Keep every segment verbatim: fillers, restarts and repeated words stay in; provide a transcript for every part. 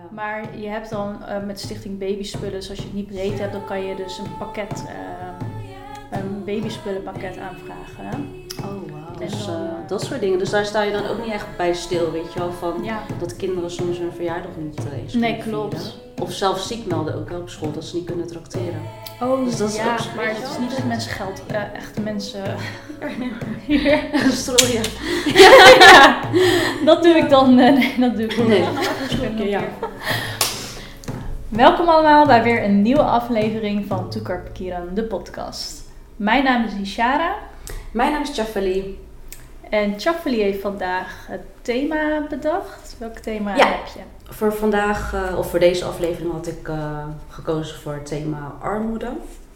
Maar je hebt dan uh, met Stichting Babyspullen, dus als je het niet breed hebt, dan kan je dus een pakket, uh, een babyspullenpakket aanvragen. Oh, wauw. Dus uh, dat soort dingen. Dus daar sta je dan ook niet echt bij stil, weet je wel, van ja. dat kinderen soms hun verjaardag niet uh, eens Nee, klopt. vieren. Of zelfs ziek melden ook wel op school, dat ze niet kunnen trakteren. Oh, dus dat is ja, ook maar het is niet dat mensen geld, uh, echt mensen... Hier. Strooien. ja, ja, dat doe ik dan, uh, nee, dat doe ik niet. Nee. nee. Ja. Welkom allemaal bij weer een nieuwe aflevering van Tukar Pikiran, de podcast. Mijn naam is Ishara. Mijn naam is Chafali. En Chafali heeft vandaag het thema bedacht. Welk thema ja. heb je? Voor vandaag, uh, of voor deze aflevering had ik uh, gekozen voor het thema armoede.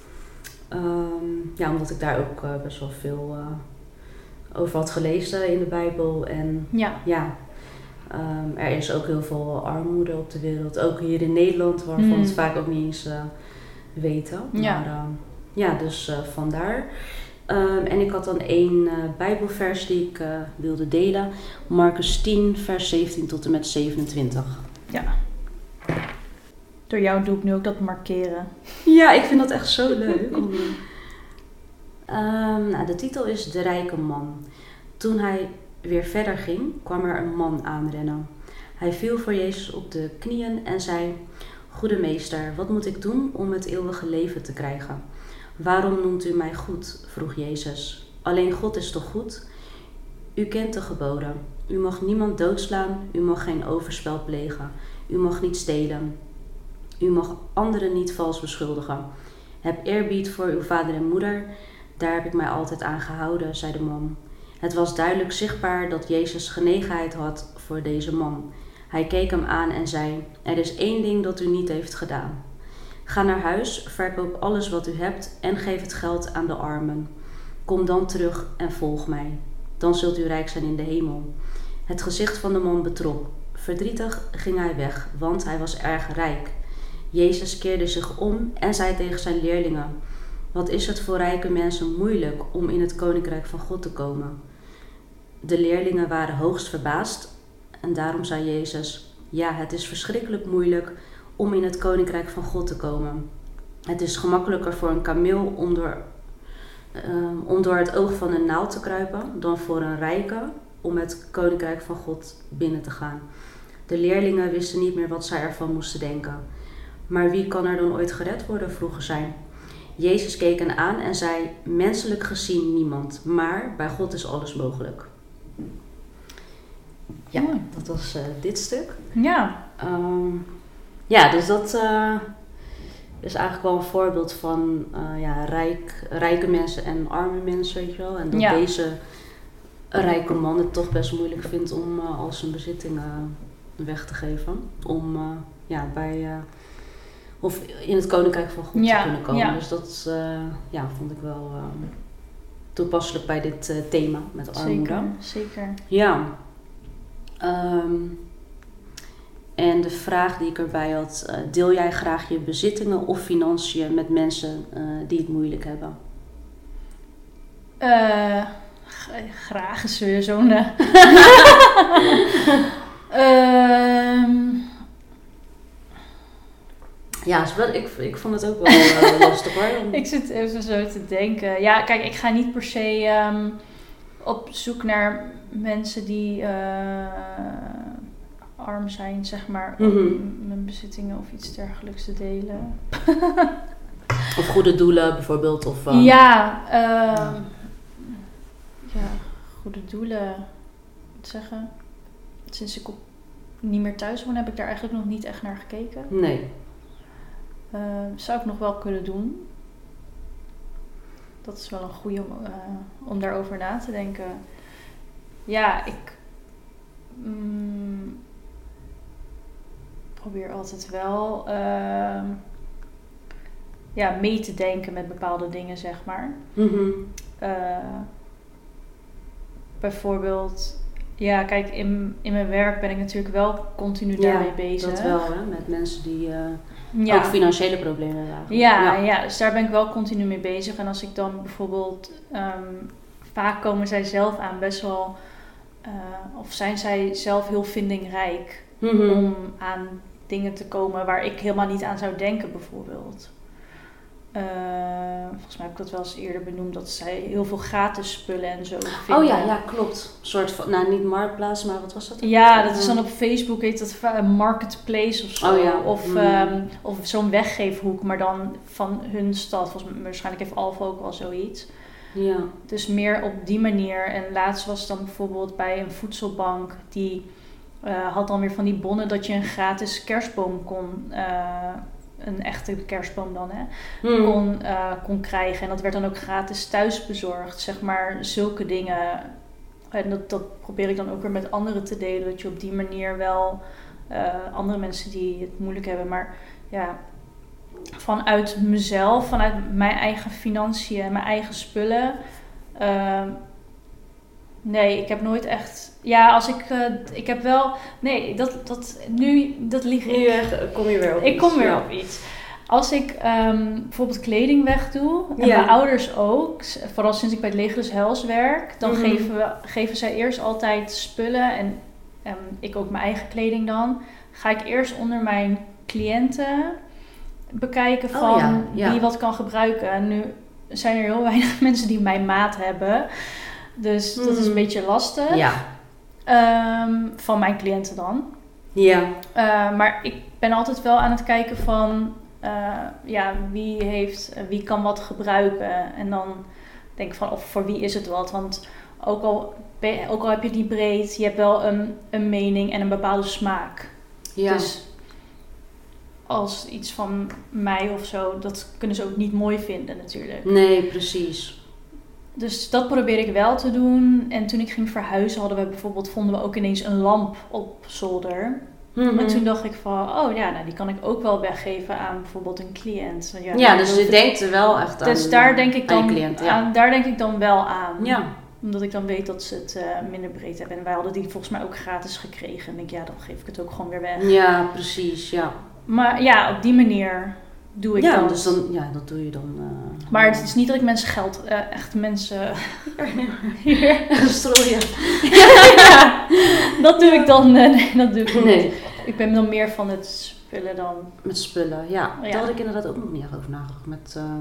Um, ja, omdat ik daar ook uh, best wel veel uh, over had gelezen in de Bijbel. En ja, ja um, er is ook heel veel armoede op de wereld. Ook hier in Nederland, waarvan we hmm. het vaak ook niet eens uh, weten. Ja, maar, uh, ja dus uh, vandaar. Um, en ik had dan één uh, Bijbelvers die ik uh, wilde delen. Marcus tien, vers zeventien tot en met zevenentwintig. Ja. Door jou doe ik nu ook dat markeren. Ja, ik vind dat echt zo leuk. Om, um, nou, de titel is De Rijke Man. Toen hij weer verder ging, kwam er een man aanrennen. Hij viel voor Jezus op de knieën en zei: Goede meester, wat moet ik doen om het eeuwige leven te krijgen? Waarom noemt u mij goed? Vroeg Jezus. Alleen God is toch goed? U kent de geboden. U mag niemand doodslaan, u mag geen overspel plegen, u mag niet stelen. U mag anderen niet vals beschuldigen. Heb eerbied voor uw vader en moeder. Daar heb ik mij altijd aan gehouden, zei de man. Het was duidelijk zichtbaar dat Jezus genegenheid had voor deze man. Hij keek hem aan en zei: Er is één ding dat u niet heeft gedaan. Ga naar huis, verkoop alles wat u hebt en geef het geld aan de armen. Kom dan terug en volg mij. Dan zult u rijk zijn in de hemel. Het gezicht van de man betrok. Verdrietig ging hij weg, want hij was erg rijk. Jezus keerde zich om en zei tegen zijn leerlingen: Wat is het voor rijke mensen moeilijk om in het koninkrijk van God te komen? De leerlingen waren hoogst verbaasd en daarom zei Jezus: Ja, het is verschrikkelijk moeilijk om in het koninkrijk van God te komen. Het is gemakkelijker voor een kameel om door, um, om door het oog van een naald te kruipen dan voor een rijke om het koninkrijk van God binnen te gaan. De leerlingen wisten niet meer wat zij ervan moesten denken. Maar wie kan er dan ooit gered worden? Vroegen zij. Jezus keek hen aan en zei: Menselijk gezien niemand, maar bij God is alles mogelijk. Ja, Mooi. dat was uh, dit stuk. Ja. Um, ja, dus dat uh, is eigenlijk wel een voorbeeld van uh, ja, rijk, rijke mensen en arme mensen, weet je wel. En dat ja. deze rijke man het toch best moeilijk vindt om uh, al zijn bezittingen weg te geven. Om uh, ja, bij... Uh, Of in het koninkrijk van God ja, te kunnen komen. Ja. Dus dat uh, ja, vond ik wel uh, toepasselijk bij dit uh, thema met armoede. Zeker, zeker. Ja. Um, en de vraag die ik erbij had: uh, deel jij graag je bezittingen of financiën met mensen uh, die het moeilijk hebben? Uh, g- graag is weer zo'n... Uh, um, Ja, ik, ik vond het ook wel uh, lastig hoor. Ik zit even zo te denken. Ja, kijk, ik ga niet per se um, op zoek naar mensen die uh, arm zijn, zeg maar, om mm-hmm. mijn bezittingen of iets dergelijks te delen. Of goede doelen bijvoorbeeld. Of, um, ja, uh, ja, goede doelen. Wat zeggen? Sinds ik op niet meer thuis woon, heb ik daar eigenlijk nog niet echt naar gekeken. Nee. Uh, zou ik nog wel kunnen doen. Dat is wel een goede om, uh, om daarover na te denken. Ja, ik mm, probeer altijd wel uh, ja, mee te denken met bepaalde dingen, zeg maar. Mm-hmm. Uh, bijvoorbeeld... Ja, kijk, in, in mijn werk ben ik natuurlijk wel continu ja, daarmee bezig. Dat wel, hè? Met mensen die uh, ja. ook financiële problemen hebben. Ja, ja. ja, dus daar ben ik wel continu mee bezig. En als ik dan bijvoorbeeld... Um, vaak komen zij zelf aan best wel... Uh, of zijn zij zelf heel vindingrijk... Mm-hmm. om aan dingen te komen waar ik helemaal niet aan zou denken bijvoorbeeld. Uh, volgens mij heb ik dat wel eens eerder benoemd, dat zij heel veel gratis spullen en zo vinden. Oh ja, ja, klopt. Een soort van, nou niet marktplaats, maar wat was dat? Ja, dat is dan op Facebook, heet dat een marketplace of zo. Oh ja. Of, mm. um, of zo'n weggeefhoek, maar dan van hun stad. Volgens mij, waarschijnlijk heeft Alphen ook wel zoiets. Ja. Dus meer op die manier. En laatst was het dan bijvoorbeeld bij een voedselbank, die uh, had dan weer van die bonnen dat je een gratis kerstboom kon... Uh, een echte kerstboom dan, hè, hmm. kon, uh, kon krijgen. En dat werd dan ook gratis thuis bezorgd. Zeg maar, zulke dingen. En dat, dat probeer ik dan ook weer met anderen te delen. Dat je op die manier wel uh, andere mensen die het moeilijk hebben. Maar ja, vanuit mezelf, vanuit mijn eigen financiën, mijn eigen spullen. Uh, nee, ik heb nooit echt... Ja, als ik... Uh, ik heb wel... Nee, dat, dat, nu... Dat lieg ik. Nu kom je weer op ik iets. Ik kom weer ja. op iets. Als ik um, bijvoorbeeld kleding wegdoe... En ja. mijn ouders ook... Vooral sinds ik bij het Leger Hels werk... Dan mm-hmm. geven, we, geven zij eerst altijd spullen... En um, ik ook mijn eigen kleding dan... Ga ik eerst onder mijn cliënten... Bekijken van... Oh, ja. Ja. Wie wat kan gebruiken. En nu zijn er heel weinig mensen die mijn maat hebben... Dus dat is een beetje lastig. Ja. Um, van mijn cliënten dan. Ja. Uh, maar ik ben altijd wel aan het kijken van... Uh, ja, wie heeft... Wie kan wat gebruiken. En dan denk ik van... Of voor wie is het wat. Want ook al, ook al heb je het niet breed... Je hebt wel een, een mening en een bepaalde smaak. Ja. Dus... Als iets van mij of zo... Dat kunnen ze ook niet mooi vinden natuurlijk. Nee, precies. Dus dat probeer ik wel te doen. En toen ik ging verhuizen hadden we bijvoorbeeld... vonden we ook ineens een lamp op zolder. Mm-hmm. En toen dacht ik van... Oh ja, nou, die kan ik ook wel weggeven aan bijvoorbeeld een cliënt. Ja, ja dus je denkt er wel echt aan, dus daar denk ik dan, aan je cliënt. Ja. Aan, daar denk ik dan wel aan. Ja. Omdat ik dan weet dat ze het uh, minder breed hebben. En wij hadden die volgens mij ook gratis gekregen. En ik denk, ja, dan geef ik het ook gewoon weer weg. Ja, precies, ja. Maar ja, op die manier... Doe ik ja, dan. Dus dan, ja, dat doe je dan. Uh, maar het is niet dat ik mensen geld, uh, echt mensen hier strooien. ja, dat doe ik dan. Uh, nee, dat doe ik niet. Nee. Ik ben dan meer van het spullen dan. Met spullen, ja. ja. Daar had ik inderdaad ook nog niet echt over nagedacht. Met uh,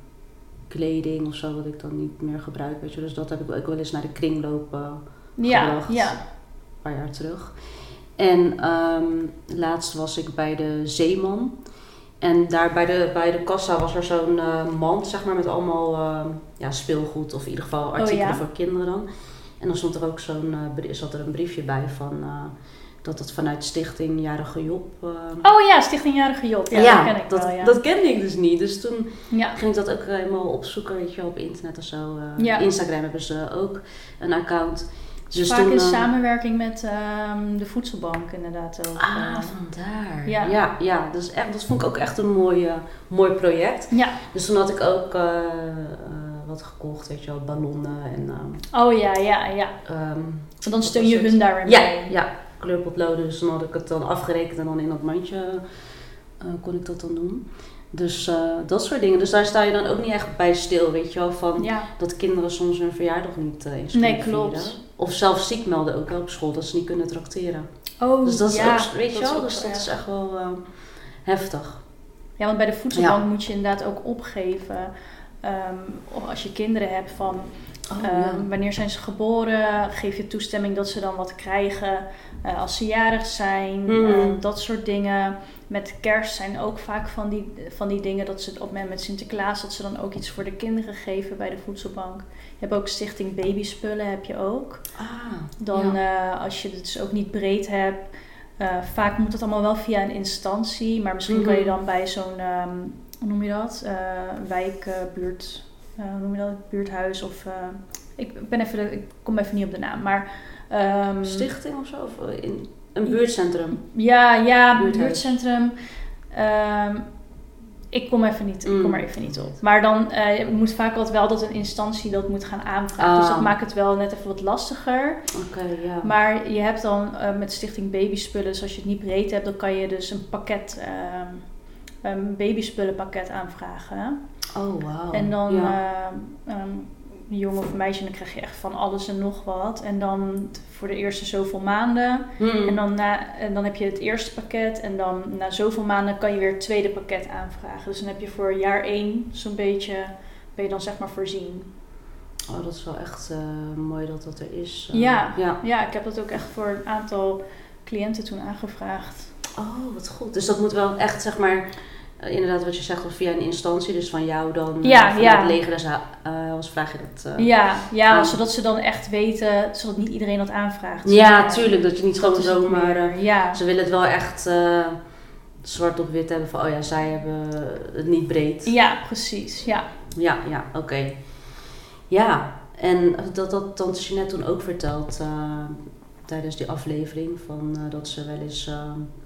kleding of zo, wat ik dan niet meer gebruik. Weet je. Dus dat heb ik ook wel eens naar de kringloop uh, ja, gebracht. Ja. Een paar jaar terug. En um, laatst was ik bij de Zeeman. En daar bij de, bij de kassa was er zo'n uh, mand, zeg maar, met allemaal uh, ja, speelgoed of in ieder geval artikelen oh, ja. voor kinderen dan. En dan stond er ook zo'n, uh, zat er een briefje bij van uh, dat het vanuit Stichting Jarige Job... Uh, oh ja, Stichting Jarige Job, ja, ja dat ken ik dat, wel, ja. dat kende ik dus niet. Dus toen ja. ging ik dat ook helemaal opzoeken, weet je, op internet of zo. Uh, ja. Instagram hebben ze ook een account. Dus vaak toen, in samenwerking met um, de voedselbank inderdaad ook. Ah, uh, vandaar. Ja, ja, ja dus echt, dat vond ik ook echt een mooi, uh, mooi project. Ja. Dus toen had ik ook uh, uh, wat gekocht, weet je wel, ballonnen en... Uh, oh ja, ja, ja. Um, Want dan steun je hun daar weer ja, mee. Ja, kleurpotloden. Dus dan had ik het dan afgerekend en dan in dat mandje uh, kon ik dat dan doen. Dus uh, dat soort dingen. Dus daar sta je dan ook niet echt bij stil, weet je wel. Van ja. dat kinderen soms hun verjaardag niet uh, eens kunnen nee, klopt. vieren. Of zelfs ziek melden ook wel op school, dat ze niet kunnen trakteren. Oh, dus dat is ja. ook, weet je dat wel, ook, dus dat ja. is echt wel uh, heftig. Ja, want bij de voedselbank ja. moet je inderdaad ook opgeven, um, of als je kinderen hebt van... Oh, um, ja. Wanneer zijn ze geboren? Geef je toestemming dat ze dan wat krijgen uh, als ze jarig zijn? Mm. Uh, dat soort dingen. Met kerst zijn ook vaak van die, van die dingen dat ze op met Sinterklaas dat ze dan ook iets voor de kinderen geven bij de voedselbank. Je hebt ook Stichting Babyspullen, heb je ook. Ah, dan ja. uh, als je het dus ook niet breed hebt. Uh, vaak moet het allemaal wel via een instantie, maar misschien mm-hmm. kan je dan bij zo'n um, hoe noem je dat? Uh, wijkbuurt. Uh, hoe noem je dat? Buurthuis of... Uh, ik, ben even de, ik kom even niet op de naam, maar... Um, Stichting of zo? Of in een buurtcentrum? Ja, ja, Buurthuis. buurtcentrum. Um, ik kom even niet, mm. ik kom er even niet op. Maar dan uh, moet vaak altijd wel dat een instantie dat moet gaan aanvragen. Ah. Dus dat maakt het wel net even wat lastiger. Oké, okay, ja. Maar je hebt dan uh, met Stichting Babyspullen, dus als je het niet breed hebt, dan kan je dus een pakket... Um, een babyspullenpakket aanvragen. Oh, wauw. En dan ja. uh, um, een jongen of een meisje, dan krijg je echt van alles en nog wat. En dan voor de eerste zoveel maanden. Hmm. En, dan na, en dan heb je het eerste pakket. En dan na zoveel maanden kan je weer het tweede pakket aanvragen. Dus dan heb je voor jaar één zo'n beetje, ben je dan zeg maar voorzien. Oh, dat is wel echt uh, mooi dat dat er is. Uh, ja, ja. ja, ik heb dat ook echt voor een aantal cliënten toen aangevraagd. Oh, wat goed. Dus dat moet wel echt, zeg maar, uh, inderdaad wat je zegt, via een instantie, dus van jou dan, uh, ja, vanuit ja. het leger, dus, uh, als vraag je dat uh, Ja, ja aan. Zodat ze dan echt weten, zodat niet iedereen dat aanvraagt. Ja, tuurlijk, dat je niet gewoon zomaar, uh, ja. Ze willen het wel echt uh, zwart op wit hebben van, oh ja, zij hebben het niet breed. Ja, precies, ja. Ja, ja, oké. Okay. Ja, en dat had tante Jeanette toen ook verteld uh, tijdens die aflevering, van uh, dat ze wel eens uh,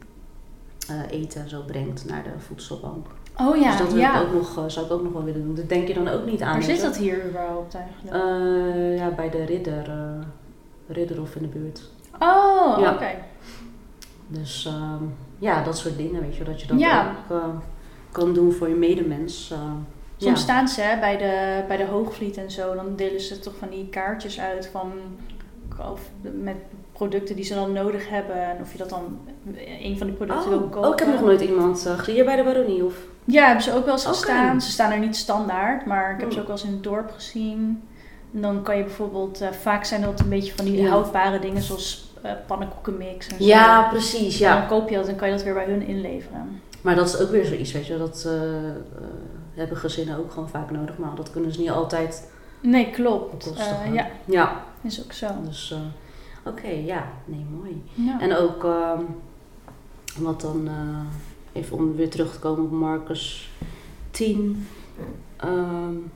uh, eten en zo brengt naar de voedselbank. Oh ja, dus dat wil ja. ik ook nog, uh, zou ik ook nog wel willen doen. Dat denk je dan ook niet aan. Waar zit dat hier überhaupt eigenlijk? Uh, ja, bij de Ridder, uh, Ridderhof in de buurt. Oh, ja. oké. Okay. Dus uh, ja, dat soort dingen, weet je, dat je dat ja. ook uh, kan doen voor je medemens. Uh, Soms ja. staan ze hè, bij, de, bij de Hoogvliet en zo, dan delen ze toch van die kaartjes uit van, of met producten die ze dan nodig hebben. En of je dat dan, een van die producten oh, wil kopen. Oh, ik heb nog nooit iemand uh, gezien. Hier bij de Baronie of? Ja, hebben ze ook wel eens okay. gestaan. Ze staan er niet standaard, maar ik heb hmm. ze ook wel eens in het dorp gezien. En dan kan je bijvoorbeeld, uh, vaak zijn dat een beetje van die ja. houdbare dingen zoals uh, pannenkoekenmix en zo. Ja, precies, ja. En dan koop je dat en kan je dat weer bij hun inleveren. Maar dat is ook weer zoiets, weet je, dat uh, uh, hebben gezinnen ook gewoon vaak nodig, maar dat kunnen ze niet altijd. Nee, klopt. Uh, ja. ja, is ook zo. Dus, uh, oké, okay, ja, nee, mooi. Ja. En ook, uh, wat dan, uh, even om weer terug te komen op Marcus tien. Um,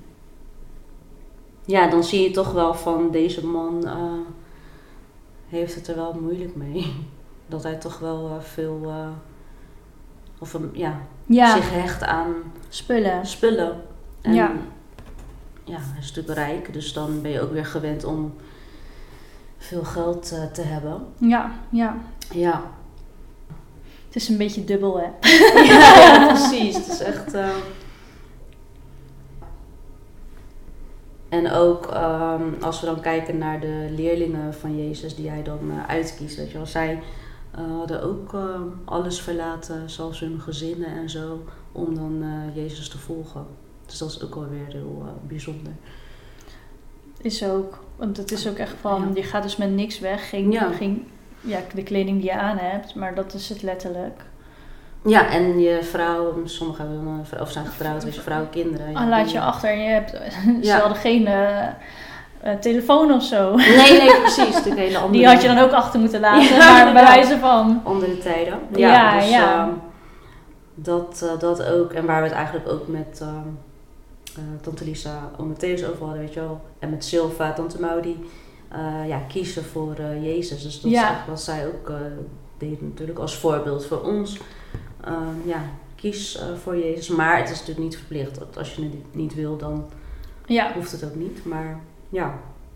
ja, dan zie je toch wel van deze man uh, heeft het er wel moeilijk mee. Dat hij toch wel uh, veel, uh, of um, ja, ja, zich hecht aan spullen. spullen. En ja. ja, hij is natuurlijk rijk, dus dan ben je ook weer gewend om veel geld uh, te hebben. Ja, ja. Ja. Het is een beetje dubbel, hè? ja, ja, precies. Het is echt... Uh... En ook um, als we dan kijken naar de leerlingen van Jezus die hij dan uh, uitkiest. Weet je wel, zij uh, hadden ook uh, alles verlaten, zelfs hun gezinnen en zo, om dan uh, Jezus te volgen. Dus dat is ook alweer heel uh, bijzonder. Is ook. Want het is ook echt van, ja. je gaat dus met niks weg. Geen, ja. geen, ja, de kleding die je aan hebt, maar dat is het letterlijk. Ja, en je vrouw, sommigen hebben een vrouw, of zijn getrouwd, weet je, vrouw, kinderen. Ah, laat je achter en je hebt, ze ja. hadden geen uh, uh, telefoon of zo. Nee, nee, precies. De hele andere... Die had je dan ook achter moeten laten, ja, maar bij wijze van. Andere tijden. Ja, ja. Dus, ja. Uh, dat, uh, dat ook. En waar we het eigenlijk ook met uh, uh, tante Lisa, oom Matthäus over hadden, weet je wel. En met Silva, tante Maudie. Uh, ja, kiezen voor uh, Jezus. Dus dat ja. is eigenlijk wat zij ook uh, deed natuurlijk als voorbeeld voor ons. Uh, ja, kies uh, voor Jezus. Maar het is natuurlijk niet verplicht. Als je het niet wil, dan ja. hoeft het ook niet. Maar ja.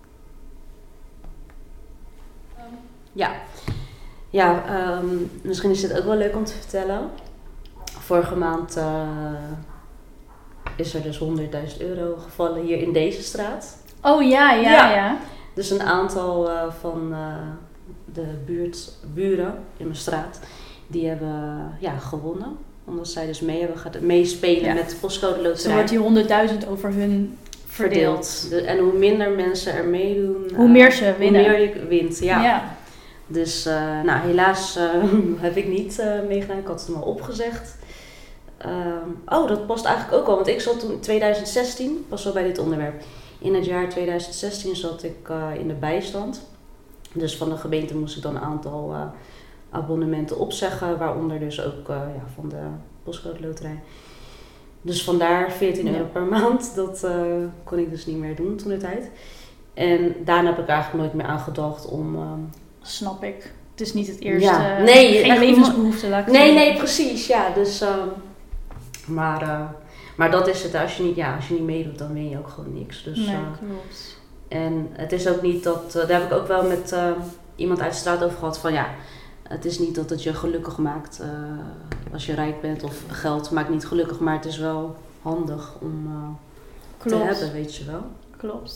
Ja. Ja, um, misschien is dit ook wel leuk om te vertellen. Vorige maand uh, is er dus honderdduizend euro gevallen hier in deze straat. Oh ja, ja, ja. ja. Dus een aantal uh, van uh, de buurt, buren in mijn straat, die hebben ja, gewonnen. Omdat zij dus mee hebben gaat meespelen ja. met de postcode loterij. Zo wordt die honderdduizend over hun verdeeld. verdeeld. De, en hoe minder mensen er meedoen, hoe uh, meer ze winnen. Hoe meer je wint, ja. ja. Dus uh, nou, helaas uh, heb ik niet uh, meegedaan. Ik had het maar opgezegd. Um, oh, dat past eigenlijk ook al. Want ik zat toen in twintig zestien, pas wel bij dit onderwerp. In het jaar twintig zestien zat ik uh, in de bijstand. Dus van de gemeente moest ik dan een aantal uh, abonnementen opzeggen. Waaronder dus ook uh, ja, van de postcode loterij. Dus vandaar veertien euro per maand. Dat uh, kon ik dus niet meer doen toen de tijd. En daarna heb ik eigenlijk nooit meer aan gedacht om... Uh, Snap ik. Het is niet het eerste... Ja. Nee, geen levensbehoefte, laat ik Nee, zeggen. nee, precies. Ja, dus... Uh, maar, uh, maar dat is het. Als je, niet, ja, als je niet meedoet, dan win je ook gewoon niks. Dus, nee, uh, klopt. En het is ook niet dat... Uh, daar heb ik ook wel met uh, iemand uit de straat over gehad. Van ja, het is niet dat het je gelukkig maakt. Uh, als je rijk bent of geld maakt niet gelukkig. Maar het is wel handig om uh, te hebben, weet je wel. Klopt.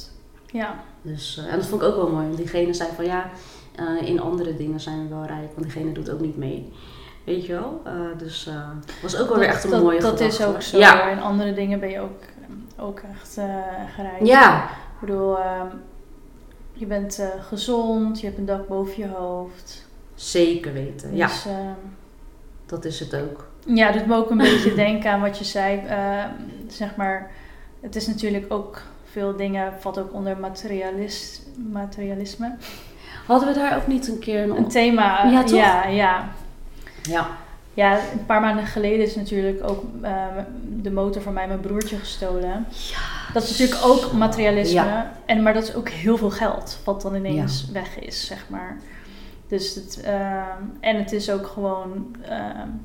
Ja. Dus, uh, en dat vond ik ook wel mooi. Want diegene zei van ja, uh, in andere dingen zijn we wel rijk. Want diegene doet ook niet mee. Weet je wel? Uh, dus uh, was ook wel dat, weer echt een dat, mooie dat gedachte. Dat is ook zo. Ja. In andere dingen ben je ook, ook echt uh, rijk. Ja. Ik bedoel, uh, je bent uh, gezond. Je hebt een dak boven je hoofd. Zeker weten, dus, ja. Uh, dat is het ook. Ja, het doet me ook een beetje denken aan wat je zei. Uh, zeg maar, het is natuurlijk ook veel dingen, valt ook onder materialis, materialisme. Hadden we daar ook niet een keer nog? Een thema, ja, toch? Ja, ja. Ja. Ja, een paar maanden geleden is natuurlijk ook uh, de motor van mij mijn broertje gestolen. Ja. Dat is natuurlijk ook materialisme. Ja. En, maar dat is ook heel veel geld wat dan ineens ja. weg is, zeg maar. Dus het, uh, en het is ook gewoon... Uh,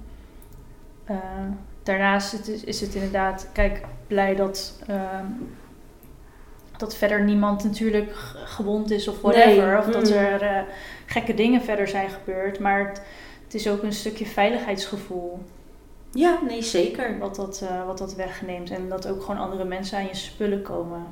uh, daarnaast het is, is het inderdaad... Kijk, blij dat... Uh, dat verder niemand natuurlijk gewond is of whatever. Nee. Of mm. dat er uh, gekke dingen verder zijn gebeurd. Maar het, het is ook een stukje veiligheidsgevoel. Ja, nee, zeker. Wat dat, uh, wat dat wegneemt. En dat ook gewoon andere mensen aan je spullen komen.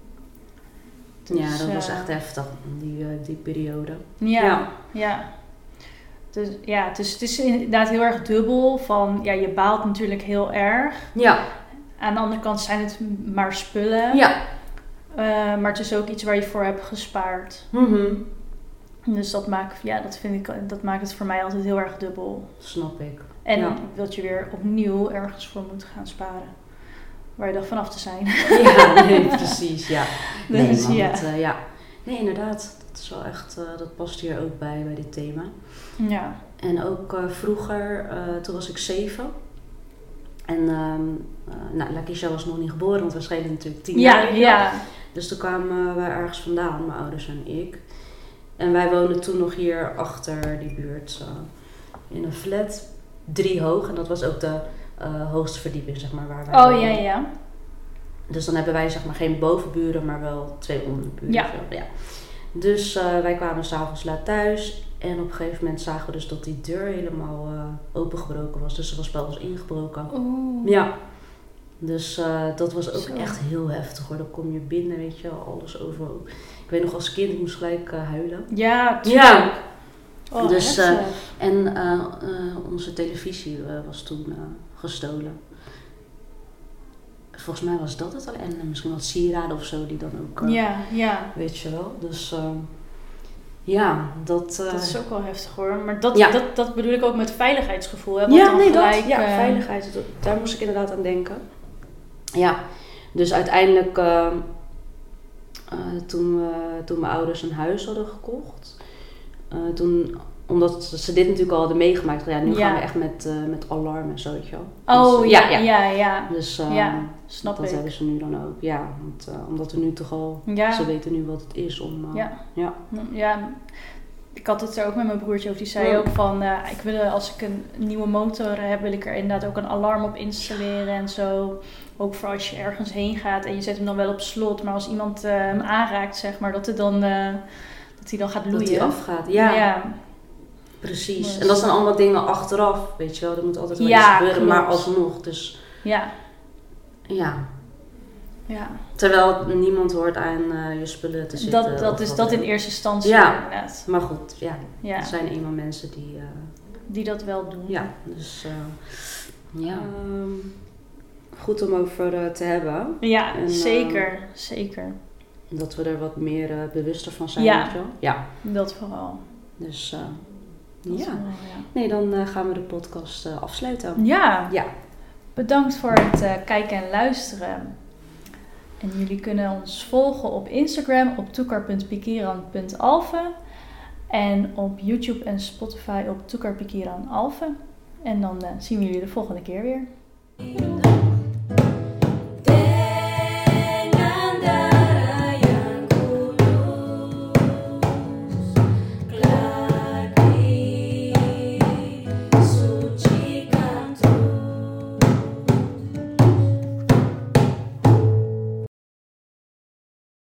Dus, ja, dat uh, was echt heftig, die, uh, die periode. Ja, ja. ja. Dus, ja, dus het is inderdaad heel erg dubbel. Van, ja, je baalt natuurlijk heel erg. Ja. Aan de andere kant zijn het maar spullen. Ja. Uh, maar het is ook iets waar je voor hebt gespaard. Mm-hmm. Dus dat maakt, ja, dat vind ik, dat maakt het voor mij altijd heel erg dubbel. Snap ik. En ja. dat je weer opnieuw ergens voor moet gaan sparen. Waar je dan vanaf te zijn. Ja, nee, precies, ja. Nee, dus, man, ja. Dat, uh, ja. Nee, inderdaad. Dat is wel echt, uh, dat past hier ook bij, bij dit thema. Ja. En ook uh, vroeger, uh, toen was ik zeven. En um, uh, nou, Lakisha was nog niet geboren, want we schelen natuurlijk tien ja, jaar. Ja. Dus toen kwamen wij ergens vandaan, mijn ouders en ik. En wij woonden toen nog hier achter die buurt. Uh, in een flat, drie hoog. En dat was ook de uh, hoogste verdieping, zeg maar, waar wij Oh, woonden. ja, ja. Dus dan hebben wij zeg maar geen bovenburen, maar wel twee onderburen. Ja. Zo. Ja. Dus uh, wij kwamen s'avonds laat thuis. En op een gegeven moment zagen we dus dat die deur helemaal uh, opengebroken was. Dus er was bij ons ingebroken. Oeh. Ja. Dus uh, dat was ook Zo. echt heel heftig hoor. Dan kom je binnen, weet je, alles over. Ik weet nog als kind, ik moest gelijk uh, huilen. Ja, ja. Oh, dus, uh, en uh, uh, onze televisie uh, was toen uh, gestolen. Volgens mij was dat het al. En uh, misschien wat sieraden of zo die dan ook... Uh, ja, ja. Weet je wel. Dus uh, ja, dat... Uh, dat is ook wel heftig hoor. Maar dat, ja. dat, dat bedoel ik ook met veiligheidsgevoel. Hè? Want ja, dan nee, gelijk, dat. Ja, uh, veiligheid. Dat, daar moest ik inderdaad aan denken. Ja, dus uiteindelijk... Uh, uh, toen, uh, toen mijn ouders een huis hadden gekocht... Uh, toen... Omdat ze dit natuurlijk al hadden meegemaakt. Ja, nu ja. gaan we echt met, uh, met alarm en zo, weet je wel. Oh, dus, ja, ja, ja, ja. ja. Dus uh, ja, snap dat ik. hebben ze nu dan ook. Ja, want, uh, omdat we nu toch al... Ja. Ze weten nu wat het is om... Uh, ja. Ja. ja. Ik had het er ook met mijn broertje over. Die zei ja. ook van... Uh, ik wil, als ik een nieuwe motor heb... wil ik er inderdaad ook een alarm op installeren en zo. Ook voor als je ergens heen gaat. En je zet hem dan wel op slot. Maar als iemand uh, hem aanraakt, zeg maar... Dat, het dan, uh, dat hij dan gaat loeien. Dat hij afgaat. Ja. ja. Precies. Dus. En dat zijn allemaal dingen achteraf, weet je wel. Er moet altijd wel ja, iets gebeuren, klopt. maar alsnog. Dus ja. Ja. Ja. Terwijl niemand hoort aan uh, je spullen te zitten. Dat, dat is dat in eerste instantie ja. inderdaad. Maar goed, ja. ja. Er zijn eenmaal mensen die... Uh, die dat wel doen. Ja, dus... Uh, ja. Um, goed om over uh, te hebben. Ja, en, zeker. Uh, zeker. Dat we er wat meer uh, bewuster van zijn. Ja. Weet je wel? Ja. Dat vooral. Dus... Uh, Dat ja. vooral, ja. Nee, dan uh, gaan we de podcast uh, afsluiten. Ja. Ja. Bedankt voor het uh, kijken en luisteren. En jullie kunnen ons volgen op Instagram op toekar punt pikiran punt alphen en op YouTube en Spotify op toekar pikiran alphen. En dan uh, zien we jullie de volgende keer weer.